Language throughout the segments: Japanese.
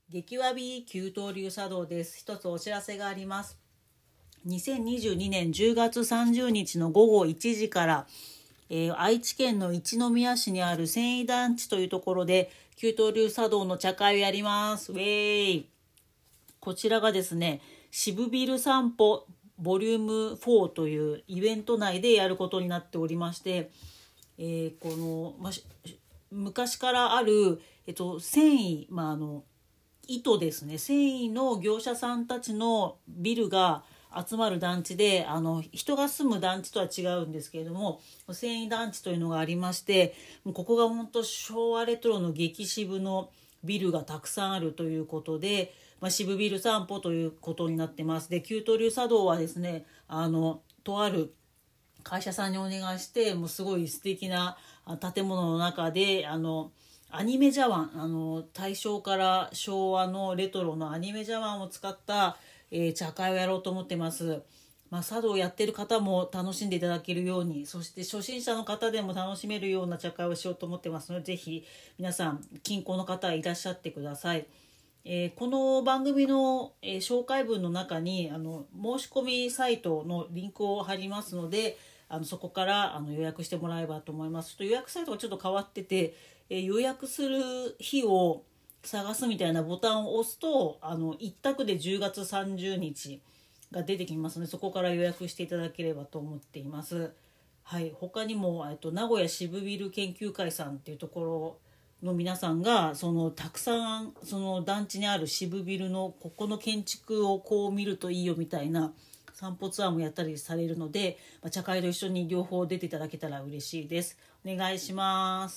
激わび給湯流茶道です。一つお知らせがあります。2022年10月30日の午後1時から、愛知県の一宮市にある繊維団地というところで給湯流茶道の茶会をやります。ウェイ。こちらがですね、渋ビル散歩ボリューム4というイベント内でやることになっておりまして、昔からある、繊維、糸ですね、繊維の業者さんたちのビルが集まる団地で、人が住む団地とは違うんですけれども、繊維団地というのがありまして、ここが本当昭和レトロの激渋のビルがたくさんあるということで、渋ビル散歩ということになってます。で、給湯流茶道はですね、とある会社さんにお願いして、もうすごい素敵な建物の中でアニメ茶碗、大正から昭和のレトロのアニメ茶碗を使った、茶会をやろうと思ってます。茶道をやってる方も楽しんでいただけるように、そして初心者の方でも楽しめるような茶会をしようと思ってますので、ぜひ皆さん近郊の方いらっしゃってください。この番組の、紹介文の中に申し込みサイトのリンクを貼りますので、そこから予約してもらえればと思います。予約サイトがちょっと変わってて、予約する日を探すみたいなボタンを押すと一択で10月30日が出てきますので、そこから予約していただければと思っています。はい、他にも名古屋渋ビル研究会さんっていうところの皆さんがたくさんその団地にある渋ビルのここの建築をこう見るといいよみたいな散歩ツアーもやったりされるので、茶会と一緒に両方出ていただけたら嬉しいです。お願いします。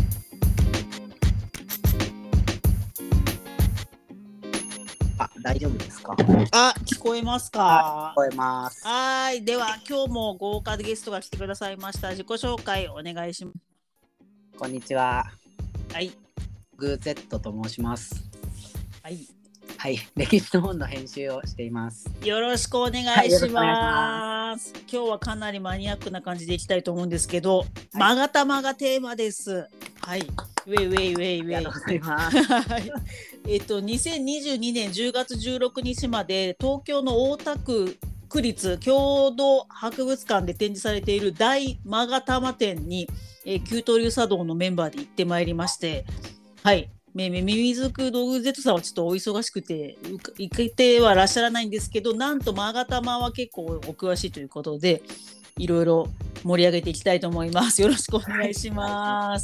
大丈夫ですか？ 聞こえますか？ 聞こえます。 はい、では今日も豪華ゲストが来てくださいました。自己紹介お願いします。 こんにちは。 はい。 グーゼットと申します。 はい。 はい、歴史の本の編集をしています。 よろしくお願いします。今日はかなりマニアックな感じでいきたいと思うんですけど、まがたまがテーマです。はい。ウェイウェイウェイウェイ。 ありがとうございます。 2022年10月16日まで東京の大田区区立郷土博物館で展示されている大まがたま展に、給湯流茶道のメンバーで行ってまいりまして、はい。ミミズク道具 Z さんはちょっとお忙しくて行けてはいらっしゃらないんですけど、なんとまがたまは結構お詳しいということで、いろいろ盛り上げていきたいと思います。よろしくお願いします。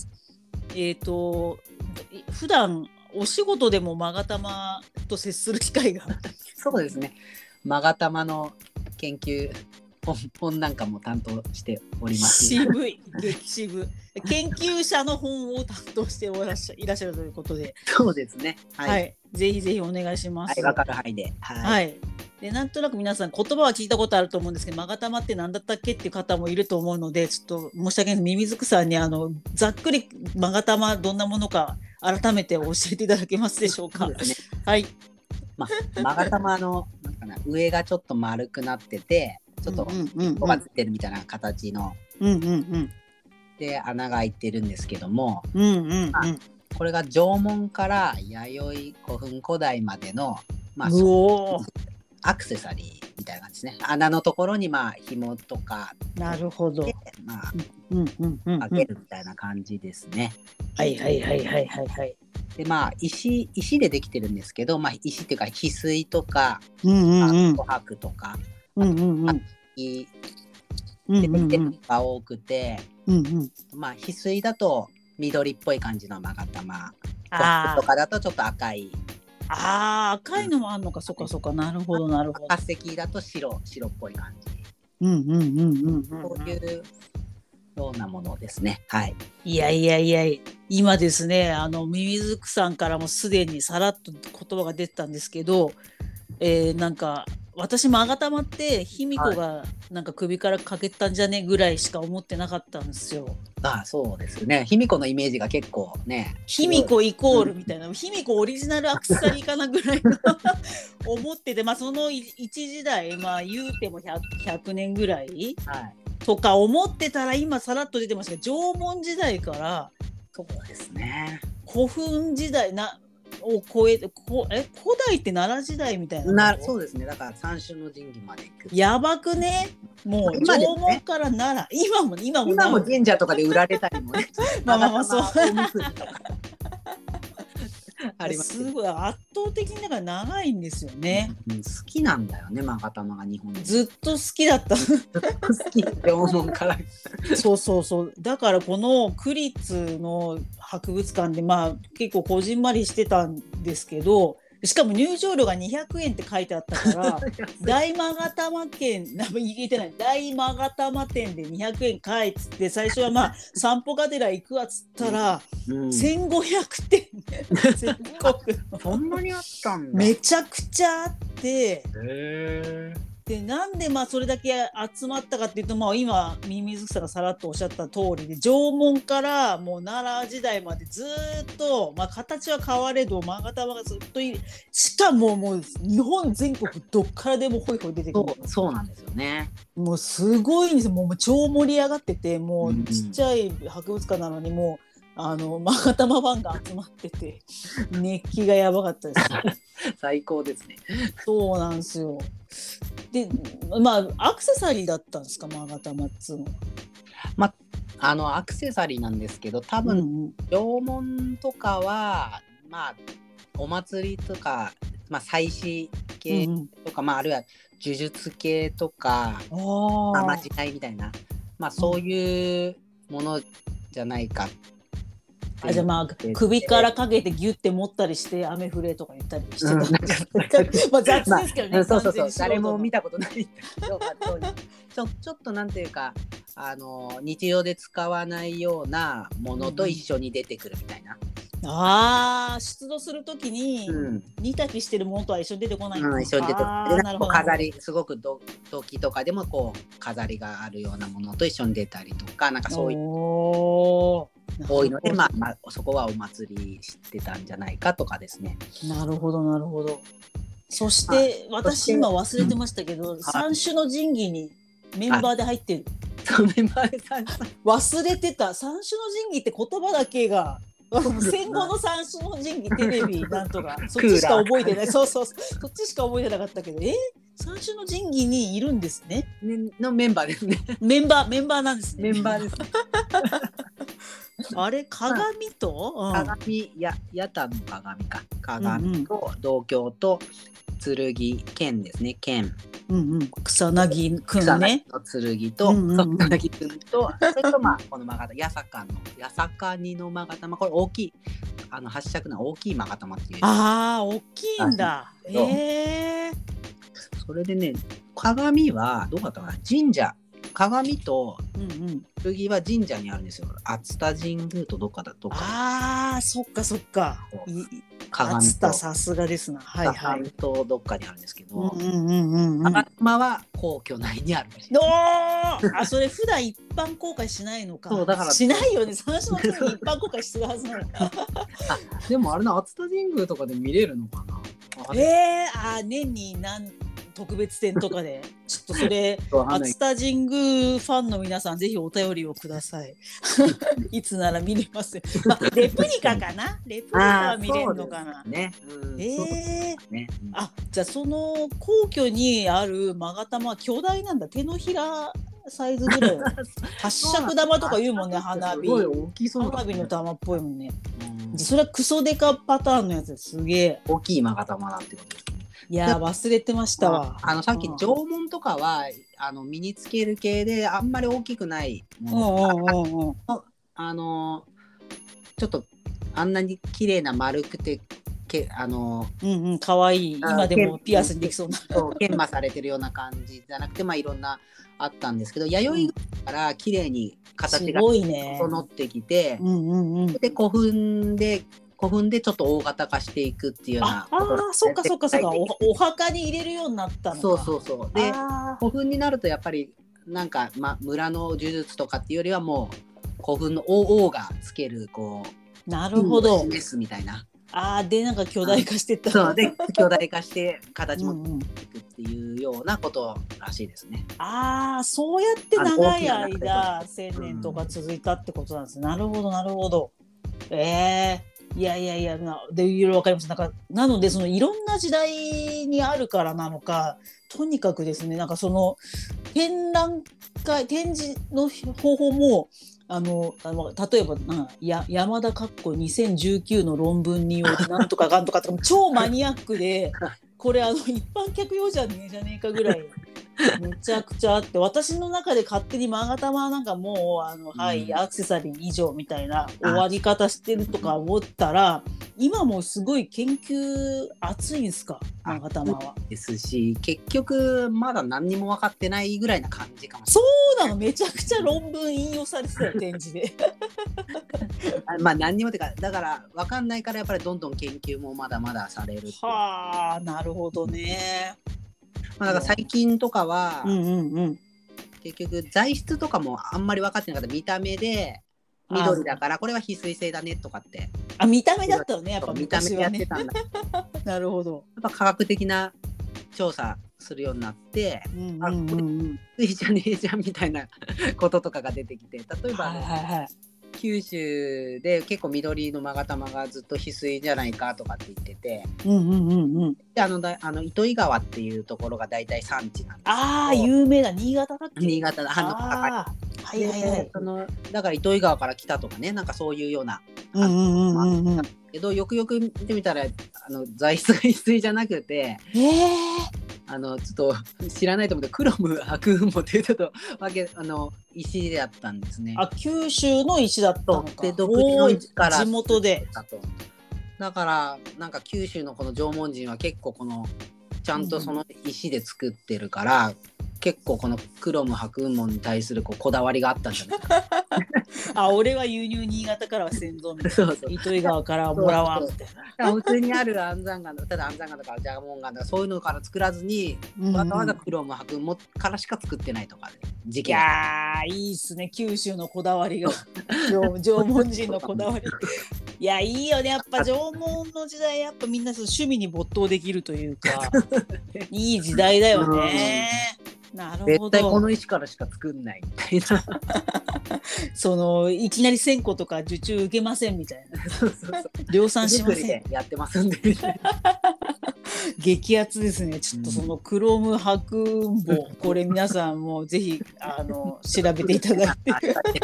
普段お仕事でもまがたまと接する機会がそうですね。まがたまの研究本なんかも担当しております。 渋い、激渋。研究者の本を担当していらっしゃるということで。 そうですね。 はい。ぜひぜひお願いします。 はい、わかる範囲で。 はい。で、なんとなく皆さん言葉は聞いたことあると思うんですけど、まがたまって何だったっけっていう方もいると思うので、ちょっと申し訳ないです。ミミズクさんにざっくりまがたまどんなものか改めて教えていただけますでしょうか。 そうですね。 はい。 まがたまの上がちょっと丸くなってて、ちょっとこがついてるみたいな形の、で穴が開いてるんですけども、これが縄文から弥生古墳古代までの、アクセサリーみたいな感じですね。穴のところに紐とかなるほど、 かけるみたいな感じですね。 はいはいはいはいはいはい。 で石でできてるんですけど、石っていうか翡翠とか琥珀とかでできてるのが多くて、翡翠だと緑っぽい感じのまがたま、琥珀とかだとちょっと赤い。 赤いのもあるのか。そっかそっか、なるほどなるほど。 化石だと白っぽい感じ。そういうようなものですね。はい。 いや今ですね、ミミズクさんからもすでにさらっと言葉が出てたんですけど、なんか私まがたまって卑弥呼がなんか首からかけたんじゃねぐらいしか思ってなかったんですよ。 そうですね。卑弥呼のイメージが結構ね。 卑弥呼イコールみたいな、卑弥呼オリジナルアクセサリーかなぐらいの思ってて、その一時代、言うても 100年ぐらい、とか思ってたら、今さらっと出てましたけど、縄文時代からそうですね。 古墳時代を超えて古代って奈良時代みたいなそうですね。だから三種の神器まで行く。 やばくね。もう縄文から奈良、今も神社とかで売られたりもねまあそうありますすごい圧倒的にだから長いんですよね、 好きなんだよね、勾玉が日本でずっと好きだった好き縄文からそうだからこの区立の博物館で結構こじんまりしてたんですけど、しかも入場料が200円って書いてあったから大勾玉券言えてない大勾玉店で200円かいっつって最初は散歩がてら行くわっつったら、1500点全国のそんなにあったんだ。 めちゃくちゃあってでなんでそれだけ集まったかっていうと、今ミミズクさんがさらっとおっしゃった通りで縄文からもう奈良時代までずっと、形は変われど勾玉がずっといる。しかももう日本全国どっからでもホイホイ出てくる。 そうなんですよね。 もうすごいんですよ。もう超盛り上がってて、もうちっちゃい博物館なのにもう勾玉ファンが集まってて熱気がやばかったです最高ですね。 そうなんですよ。でアクセサリーだったんですか、勾玉っつうのは。アクセサリーなんですけど、多分、縄文とかはお祭りとか、祭祀系とか、あるいは呪術系とかまじないみたいな、そういうものじゃないか。 じゃあ首からかけてギュッて持ったりして雨降れとか言ったりしてたんじゃないですか。雑ですけどね。 そう誰も見たことないんだけどちょっとなんていうか日常で使わないようなものと一緒に出てくるみたいな。 出土するときに煮炊きしてるものとは一緒に出てこないんですか。一緒に出てこない。飾りすごく土器とかでも飾りがあるようなものと一緒に出たりとか、なんかそういう多いので、そこはお祭りしてたんじゃないかとかですね。なるほど。そして私今忘れてましたけど、三種の神器にメンバーで入ってる。 メンバーで忘れてた。三種の神器って言葉だけが戦後の三種の神器テレビなんとかそっちしか覚えてない。そっちしか覚えてなかったけど、三種の神器にいるんですね。 のメンバーですね。 メンバーなんですね。 メンバーです。 あれ鏡と、 鏡や八田の鏡か。鏡と銅鏡と剣剣ですね。剣。 草薙くんね。 草薙と草薙くんとそれとこの勾玉八坂にの勾玉、これ大きい八尺の大きい勾玉っていう。 大きいんだ。 それでね、鏡はどうだったかな、神社。鏡と剣は神社にあるんですよ。熱田神宮とどっかだとか。 そっか。熱田さすがですな。 鏡とどっかにあるんですけど、勾玉は皇居内にある。 それ普段一般公開しないのか。 そうだからしないよね。三種の神器一般公開するはずなの。 でもあれな、熱田神宮とかで見れるのかな。 年に特別展とかでちょっとそれ熱田神宮ファンの皆さんぜひお便りをください。いつなら見れますよ。レプリカかな。レプリカは見れるのかな。じゃあその皇居にある勾玉は巨大なんだ。手のひらサイズぐらい。八尺玉とか言うもんね。花火の玉っぽいもんね。それはクソデカパターンのやつです。すげえ大きい勾玉だってことです。 いや忘れてましたわ。 さっき縄文とかは身につける系であんまり大きくないもの、ちょっとあんなに綺麗な丸くてかわいい今でもピアスにできそうな研磨されてるような感じじゃなくて、いろんなあったんですけど、弥生から綺麗に形が整ってきて、で古墳でちょっと大型化していくっていうようなこと。 そっかお墓に入れるようになったのか。 そうで古墳になるとやっぱりなんか、村の呪術とかっていうよりはもう古墳の王がつけるなるほど示すみたいな。 でなんか巨大化してった。 そうで巨大化して形もいくっていうようなことらしいですね。 そうやって長い間1000年とか続いたってことなんです。なるほど。 いやでいろいろわかります。なのでそのいろんな時代にあるからなのか、とにかくですね、なんかその展示の方法も例えば山田2019の論文によりなんとかかんとかとか超マニアックでこれ一般客用じゃねえかぐらいめちゃくちゃあって、私の中で勝手にマガタマなんかもうはい、アクセサリー以上みたいな終わり方してるとか思ったら、今もすごい研究熱いんすか、マガタマは。 ですし、結局まだ何にも分かってないぐらいな感じかもしれない。そうなの、めちゃくちゃ論文引用されてたよ展示でまあ何にもてか、だから分かんないからやっぱりどんどん研究もまだまだされる。 はあ、なるほどね。 だから最近とかは、結局材質とかもあんまり分かってなかった。見た目で緑だからこれは翡翠製だねとかって。 見た目だったのね、やっぱ見た目でやってたんだなるほど。 やっぱ科学的な調査するようになって、翡翠じゃねえじゃんみたいなこととかが出てきて、例えば、九州で結構緑の勾玉がずっと翡翠じゃないかとかって言ってて、で糸魚川っていうところが大体産地なんですけど。ああ、 有名だ。新潟だっけ。 新潟だ。だから糸魚川から来たとかね、なんかそういうようなけど、よくよく見てみたら材質が翡翠じゃなくて、ちょっと知らないと思うけど、クロム白雲母っていうちょっと石であったんですね。 九州の石だったのか。 で独自の石から地元で。 だからなんか九州のこの縄文人は結構ちゃんとその石で作ってるから、結構このクロム白雲門に対するこだわりがあったんじゃないかな。 俺は輸入新潟からは先祖みたいな。糸魚川からもらわんみたいな。普通にある安山岩とか縄文岩とかそういうのから作らずに、わざわざクロム白雲門からしか作ってないとかで時期。いやいいっすね、九州のこだわりが縄文人のこだわり。いや、いいよね、やっぱ縄文の時代、やっぱみんな趣味に没頭できるというかいい時代だよね。なるほど。 絶対この石からしか作んないみたいないきなり1000個とか受注受けませんみたいな。量産しません。 やってますんで激アツですね。ちょっとそのクロム白雲母、これ皆さんもぜひ調べていただいて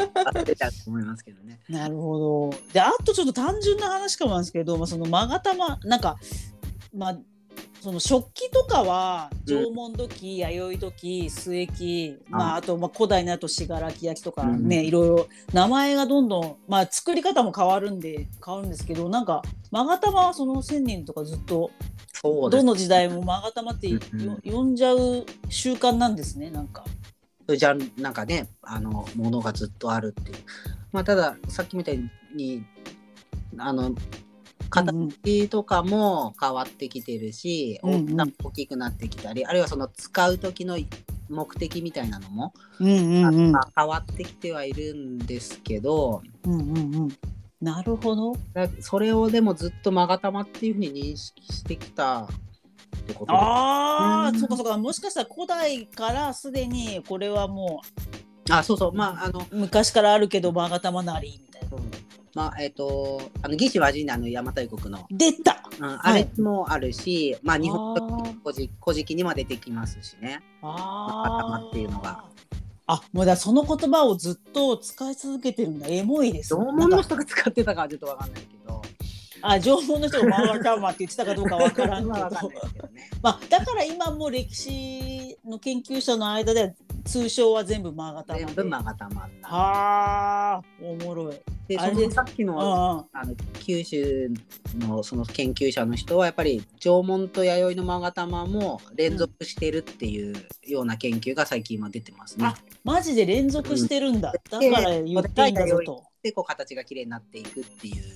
なるほど。で、あとちょっと単純な話かもなんですけど、その勾玉なんかその食器とかは縄文土器、弥生土器、末器、あと古代になると信楽焼とかね、いろいろ名前がどんどん、作り方も変わるんですけど、なんか勾玉はその1000年とかずっとどの時代も勾玉って呼んじゃう習慣なんですね。なんかじゃなんかね、ものがずっとあるっていう。たださっきみたいに形とかも変わってきてるし、大きくなってきたり、あるいはその使う時の目的みたいなのも変わってきてはいるんですけど、 なるほど。 それをでもずっと勾玉っていうふうに認識してきたってことです。そうかそうか。もしかしたら古代からすでにこれはもう昔からあるけど勾玉なりみたいな。 魏志倭人の邪馬台国の出た、 あれもあるし、日本の古事記にも出てきますしね。頭っていうのが。 もうその言葉をずっと使い続けてるんだ。エモいです。 縄文の人が使ってたかはちょっとわかんないけど。 縄文の人がマーガタマって言ってたかどうかわからんけど。だから今も歴史の研究者の間では通称は全部マーガタマ。 全部マーガタマになる。 おもろい。 でさっきの九州のその研究者の人はやっぱり縄文と弥生の勾玉も連続してるっていうような研究が最近は出てますね。 マジで連続してるんだ。だから言っていいんだぞと。 で形がきれいになっていくっていう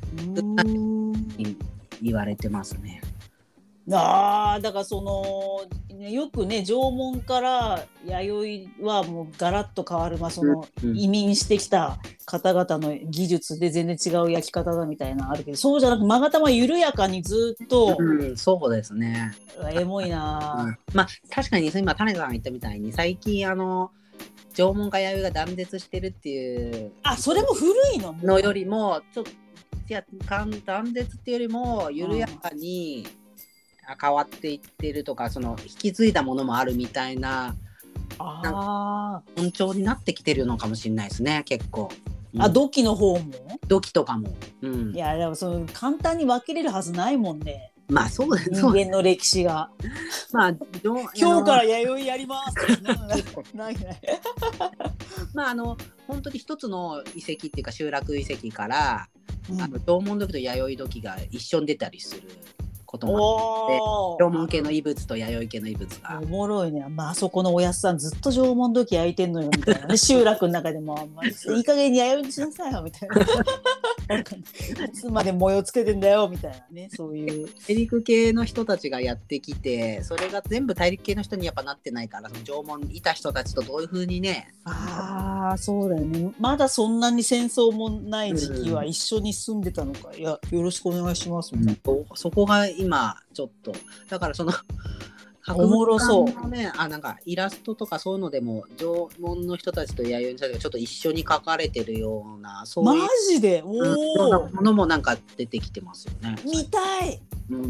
言われてますね。 だからよくね、縄文から弥生はもうガラッと変わる、移民してきた方々の技術で全然違う焼き方だみたいなのあるけど、そうじゃなく勾玉は緩やかにずっと、 そうですね。 エモいな。 確かに今種さんが言ったみたいに最近縄文か弥生が断絶してるっていうそれも古いのよりもちょっとや断絶っていうよりも緩やかに変わっていってるとか、その引き継いだものもあるみたいな、本調になってきてるのかもしれないですね、結構。 土器の方も土器とかも、 いやでもその簡単に分けれるはずないもんね。 まあそうです。 人間の歴史が。 まあ今日から弥生やりますないまあ本当に一つの遺跡っていうか集落遺跡から、縄文土器と弥生土器が一緒に出たりすることもあって、縄文系の遺物と弥生系の遺物が。 おもろいね。あそこのおやすさんずっと縄文土器焼いてんのよみたいなね。集落の中でもいい加減に弥生にしなさいよみたいな。いつまで模様つけてんだよみたいなね、そういう大陸系の人たちがやってきて、それが全部大陸系の人にやっぱなってないから、その縄文にいた人たちとどういう風にね。 そうだよね。まだそんなに戦争もない時期は一緒に住んでたのか、いやよろしくお願いしますみたいな、 そこが今ちょっとだからそのおもろそうね、なんかイラストとかそういうのでも縄文の人たちと弥生の人たちがちょっと一緒に描かれてるような、そういうマジでものもなんか出てきてますよね。 見たい。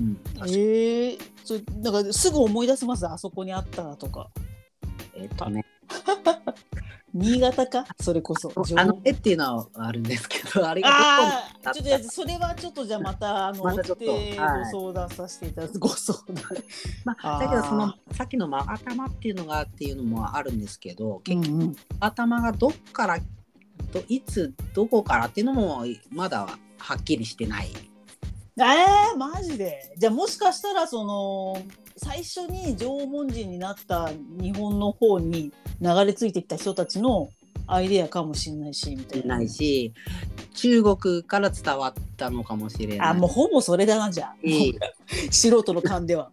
なんかすぐ思い出せます、あそこにあったらとか。新潟か、それこそ絵っていうのはあるんですけど、あれがちょっとそれはちょっとじゃあまた追ってご相談させていただく、ご相談。 だけどそのさっきの勾玉っていうのもあるんですけど、結局勾玉がどっからいつどこからっていうのもまだはっきりしてない。 マジで。じゃあもしかしたらその最初に縄文人になった日本の方に流れ着いてきた人たちのアイデアかもしれないしみたいな。 中国から伝わったのかもしれない。 もうほぼそれだな、じゃあ。素人の勘では。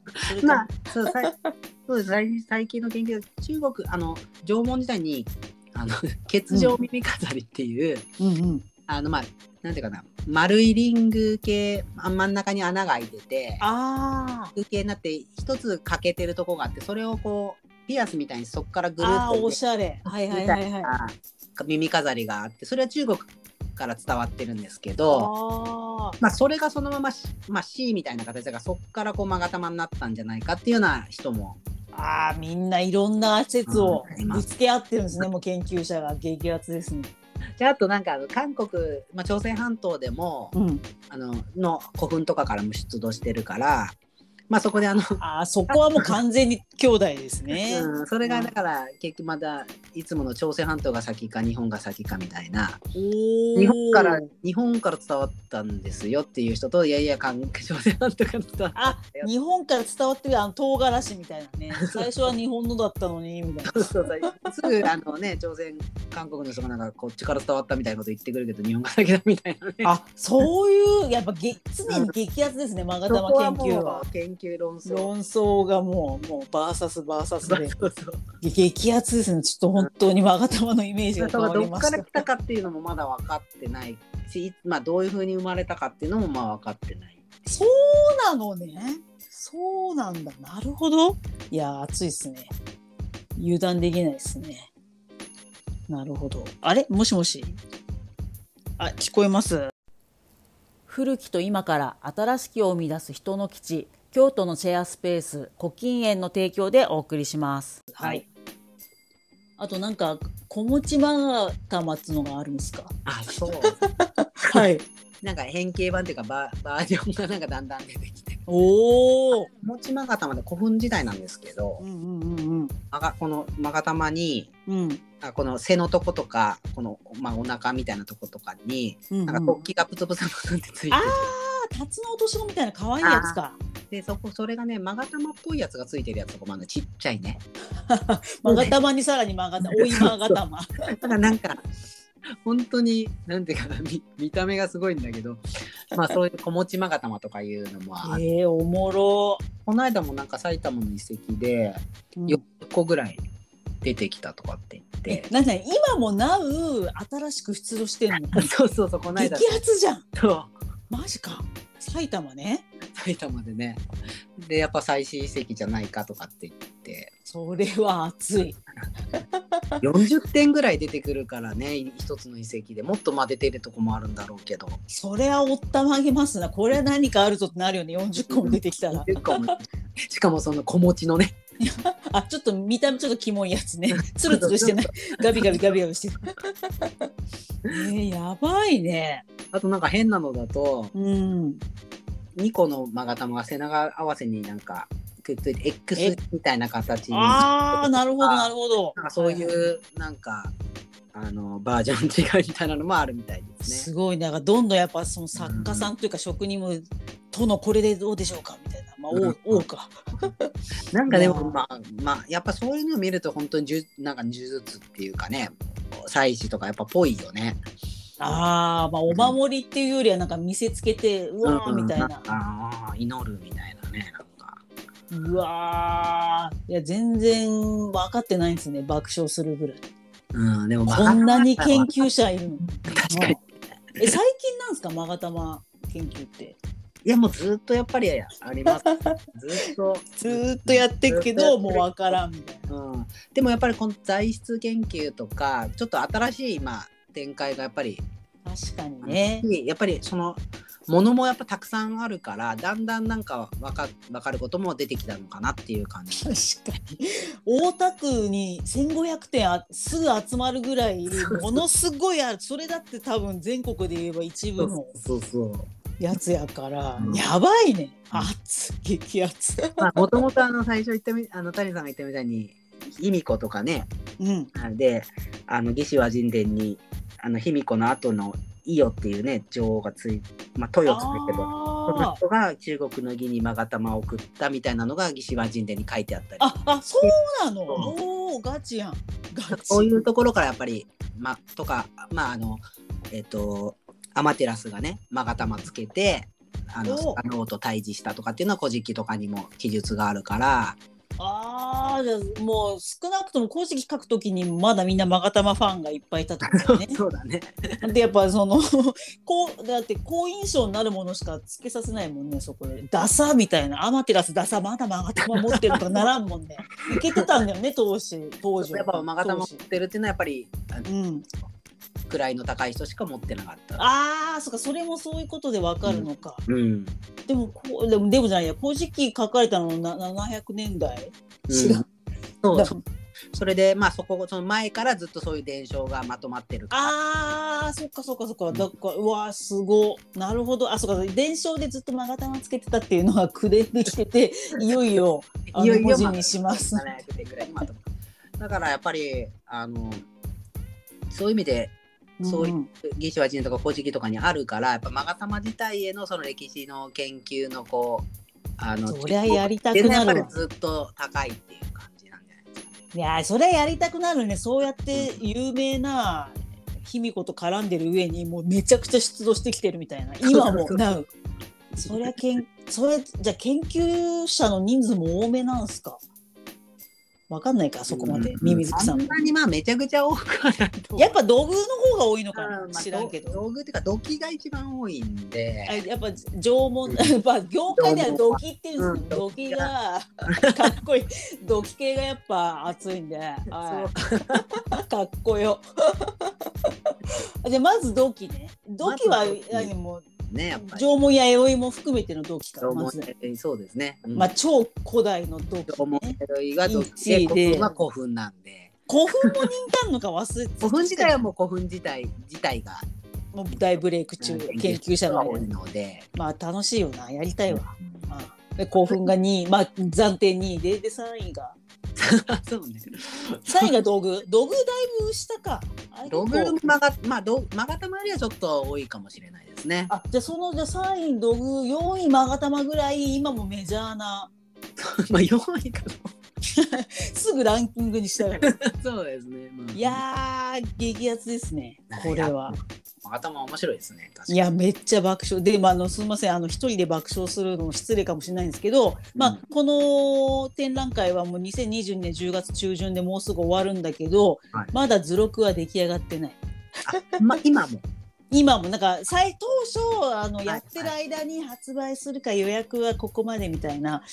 そうです。最近の研究、中国縄文時代に結状耳飾りっていう、なんていうかな、丸いリング系、真ん中に穴が開いてて、空系になって一つ欠けてるとこがあって、それをこうピアスみたいにそこからぐるっとおしゃれ、 耳飾りがあって、それは中国から伝わってるんですけど、それがそのまま、C みたいな形だから、そこからこう勾玉になったんじゃないかっていうような人も。 みんないろんな説をぶつけ合ってるんですね。もう研究者が激アツですね。 あとなんか韓国、朝鮮半島でも、の古墳とかからも出土してるから、そこでそこはもう完全に兄弟ですね。 それがだから結局まだいつもの朝鮮半島が先か日本が先かみたいな、日本から伝わったんですよっていう人と、いやいや朝鮮半島から伝わった日本から伝わってる唐辛子みたいなね、最初は日本のだったのにみたいな。 すぐ朝鮮韓国の人がなんかこっちから伝わったみたいなこと言ってくるけど、日本が先だみたいなね。 そういうやっぱ常に激アツですね、勾玉研究は。論争がもうバーサスで激アツですね。ちょっと本当に勾玉のイメージが変わりました。 どっから来たかっていうのもまだ分かってないし、どういう風に生まれたかっていうのも分かってない。 そうなのね。そうなんだ。なるほど。いや熱いですね。油断できないですね。なるほど。あれ、もしもし。聞こえます。古きと今から新しきを生み出す人の基地、京都のシェアスペース古今園の提供でお送りします。あとなんか子持ち勾玉っていうのがあるんですか。 そうなんか変形版っていうかバージョンがなんかだんだん出てきて、子持ち勾玉で古墳時代なんですけど、この勾玉に、この背のとことかこの、お腹みたいなとことかに、なんか突起がプツプツってついてて、 タツノオトシゴみたいな可愛いやつか。 でそれがね、勾玉っぽいやつがついてるやつとかもちっちゃいね。 勾玉にさらに追い勾玉。 だからなんか本当になんていうかな、見た目がすごいんだけど、そういう子持ち勾玉とかいうのもあって、 おもろ。 この間もなんか埼玉の遺跡で4個ぐらい出てきたとかって言って、 今もなう新しく出土してんの。 そうこの間激アツじゃん。マジか。埼玉ね。 埼玉でね。でやっぱ最新遺跡じゃないかとかって言って、 それは熱い。 40点ぐらい出てくるからね、一つの遺跡でもっと出てるとこもあるんだろうけど。 それはおったまげますな。これは何かあるぞってなるよね、40個も出てきたら。 しかもその小持ちのね。 あ、ちょっと見た目ちょっとキモいやつね。ツルツルしてない。ガビガビガビガビしてる。やばいね。 あとなんか変なのだと、 うん、 2個の勾玉が背中合わせになんかくっついて X みたいな形に。 ああ、なるほどなるほど。 なんかそういうなんか、バージョン違いみたいなのもあるみたいですね。 すごい、なんかどんどんやっぱその作家さんというか職人も、殿これでどうでしょうかみたいな、王か。 なんかでもやっぱそういうのを見ると本当になんか呪術っていうかね、祭祀とかやっぱぽいよね。 お守りっていうよりはなんか見せつけて、うわーみたいな。 祈るみたいなね、なんか。 うわー、いや全然分かってないんですね、爆笑するぐらい。 でもこんなに研究者いるの。 確かに。 最近なんですか、勾玉研究って。 いやもうずっとやっぱりあります。 ずっとやってるけどもう分からんみたいな。 でもやっぱりこの材質研究とかちょっと新しい展開がやっぱり確かにね。 やっぱりそのものもやっぱたくさんあるからだんだんなんか分かることも出てきたのかなっていう感じ。 確かに大田区に1500点すぐ集まるぐらいものすごいある。それだって多分全国で言えば一部のやつやから、やばいね。激アツ。 もともと最初言った谷さんが言ったみたいに卑弥呼とかね、で魏志倭人伝に卑弥呼の後の伊予っていうね女王が豊代だけど、その人が中国の魏に勾玉を送ったみたいなのが魏志倭人伝に書いてあったり。 そうなの。おー、ガチやん。 そういうところからやっぱりとかアマテラスがね勾玉つけてスタノオと対峙したとかっていうのは古事記とかにも記述があるから。 じゃあもう少なくとも古事記書くときにまだみんな勾玉ファンがいっぱいいたってことね。 そうだね。 でやっぱだって好印象になるものしかつけさせないもんね、そこで。ダサみたいな、アマテラスダサまだ勾玉持ってるとかならんもんね。いけてたんだよね当時やっぱ勾玉持ってるっていうのはやっぱり位の高い人しか持ってなかった。 そっか、それもそういうことでわかるのか。でもじゃないや、古事記書かれたの700年代。 それでその前からずっとそういう伝承がまとまってるから。 そっか。だからうわすごなるほど。そっか、伝承でずっと勾玉つけてたっていうのがクレーム来てていよいよ文字にします。 だからやっぱりそういう意味でそういう魏志倭人とか古事記とかにあるから、やっぱ勾玉自体へのその歴史の研究のそりゃやりたくなるわ。 やっぱりずっと高いっていう感じなんじゃないですかね。 いやそりゃやりたくなるね。そうやって有名な卑弥呼と絡んでる上にもうめちゃくちゃ出土してきてるみたいな。今もなう。それじゃあ研究者の人数も多めなんすか。わかんないか、そこまで。ミミズクさん。 そんなにめちゃくちゃ多くはないと。 やっぱ土偶の方が多いのかな、知らんけど。 土偶っていうか土器が一番多いんで。 やっぱ縄文、業界では土器っていうんですけど、土器がかっこいい。土器系がやっぱ熱いんで、かっこよ。じゃあまず土器ね。土器はもう。縄文や鎧も含めての土器からまず。 そうですね。 超古代の土器ね。 縄文鎧が土器で、古墳は古墳なんで。 古墳も人気あるのか忘れて。 古墳自体はもう古墳自体がもう大ブレイク中、研究者が多いので。 楽しいよな、やりたいわ。古墳が2位、暫定2位で3位が。 そうね。 3位が道具だいぶ下か。 道具の勾玉よりはちょっと多いかもしれないですね。 じゃあ3位道具、4位勾玉ぐらい今もメジャーな。 4位かな。 すぐランキングにしたら。 そうですね。 いやー激アツですね、これは。 頭面白いですね。 いやめっちゃ爆笑で、すみません一人で爆笑するのも失礼かもしれないんですけど、この展覧会はもう2022年10月中旬でもうすぐ終わるんだけど、まだ図録は出来上がってない。今もなんか当初やってる間に発売するか予約はここまでみたいな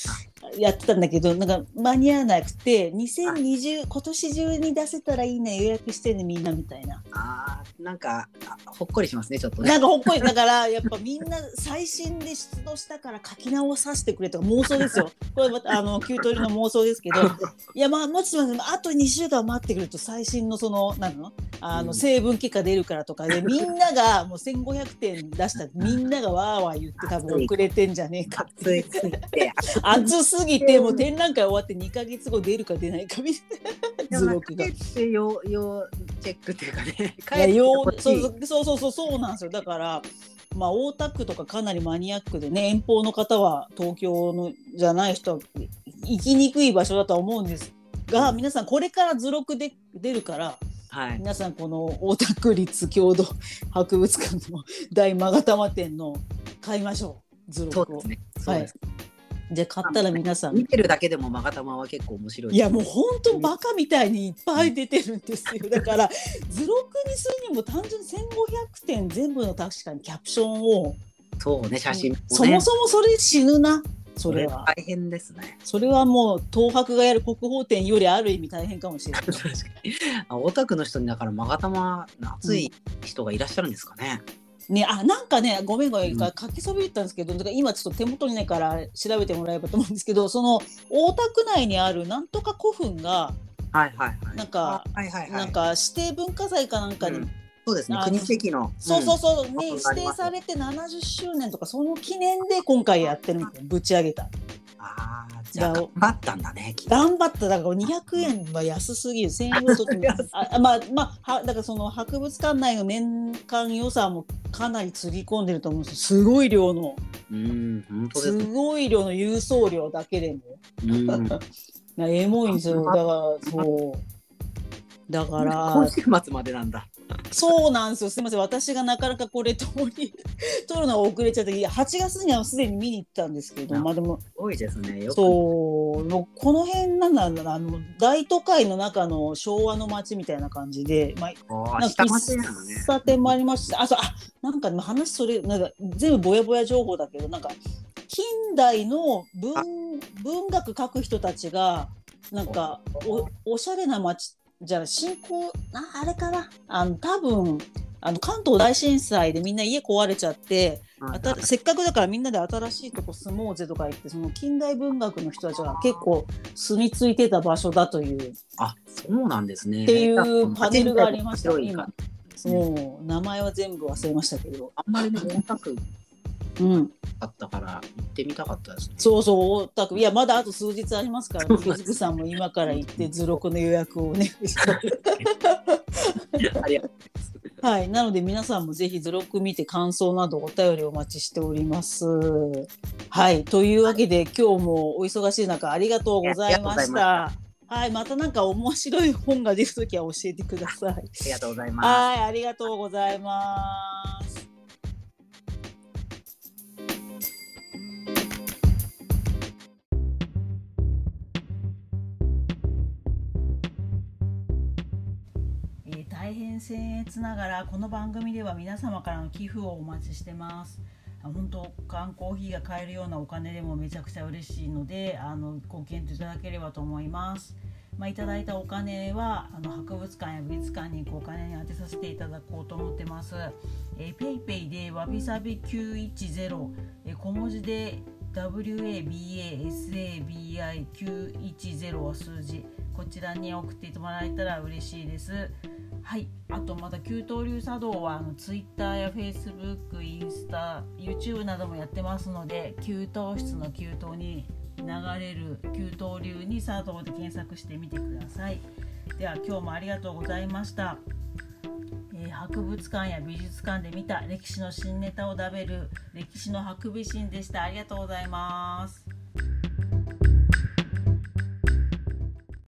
やってたんだけど、なんか間に合わなくて、2020今年中に出せたらいいね、予約してねみんなみたいな。 なんかほっこりしますね、ちょっとね。 なんかほっこりだからやっぱみんな最新で出土したから書き直させてくれとか妄想ですよ。これまた9通りの妄想ですけど、いやまあもちろんあと2週間待ってくると最新のその何の成分結果出るからとかで、みんながもう1500点出したみんながわーわー言って多分遅れてんじゃねえかって暑すぎてもう展覧会終わって2ヶ月後出るか出ないかみたいな図録が。 要チェックっていうかね。 そうなんですよ。だからまあ大田区とかかなりマニアックでね、遠方の方は東京のじゃない人は行きにくい場所だとは思うんですが、皆さんこれから図録で出るから、皆さんこの大田区立郷土博物館の大勾玉店の買いましょう、図録を。 そうですね。そうです。 じゃあ買ったら皆さん見てるだけでも勾玉は結構面白い。 いやもう本当バカみたいにいっぱい出てるんですよ。だから図録にするにも単純に1500点全部の確かにキャプションをそうね、写真もね、 そもそもそれ死ぬな。それは大変ですね。 それはもう東博がやる国宝展よりある意味大変かもしれない。 確かに大田区の人にだから勾玉熱い人がいらっしゃるんですかね。 ね、なんかね、ごめん書きそびったんですけど、だから今ちょっと手元にないから調べてもらえばと思うんですけど、その大田区内にあるなんとか古墳がなんか指定文化財かなんかに、 そうですね、国籍のそうね、指定されて70周年とかその記念で今回やってるんですよ、ぶち上げた。 じゃあ頑張ったんだね。 頑張った。だから200円は安すぎる。1000円ごとにだからその博物館内の年間予算もかなりつぎ込んでると思うんですよ。すごい量の本当です、 すごい量の郵送料だけでもエモいんですよ。だから今週末までなんだ。 そうなんですよ。すみません、私がなかなかこれ撮るのが遅れちゃって、8月にはすでに見に行ったんですけど、でも多いですね。 この辺なんだ大都会の中の昭和の街みたいな感じで、喫茶店もありました。なんか話それなんか全部ぼやぼや情報だけど、なんか近代の文学書く人たちがなんかおしゃれな街じゃああれかな、多分関東大震災でみんな家壊れちゃって、せっかくだからみんなで新しいとこ住もうぜとか言って、その近代文学の人たちが結構住み着いてた場所だという、 そうなんですねっていうパネルがありました。今もう名前は全部忘れましたけど、 あんまりね大田区あったから行ってみたかったですね。 そう大田区、いやまだあと数日ありますからね。水木さんも今から行って図録の予約をねありがとうございます。 はい、なので皆さんもぜひ図録見て感想などお便りお待ちしております。はい、というわけで今日もお忙しい中ありがとうございました。はい、またなんか面白い本が出るときは教えてください。ありがとうございます。 はい、ありがとうございます。大変僭越ながらこの番組では皆様からの寄付をお待ちしてます。本当缶コーヒーが買えるようなお金でもめちゃくちゃ嬉しいのでご検討いただければと思います。いただいたお金は博物館や美術館にお金に充てさせていただこうと思ってます。PayPay でわびさび910、小文字で WABASABI910 は数字、こちらに送ってもらえたら嬉しいです。はい、あとまた給湯流茶道はTwitter や Facebook、インスタ、YouTube などもやってますので、給湯室の給湯に流れる給湯流に茶道で検索してみてください。では今日もありがとうございました。博物館や美術館で見た歴史の新ネタを食べる歴史のハクビシンでした。ありがとうございます。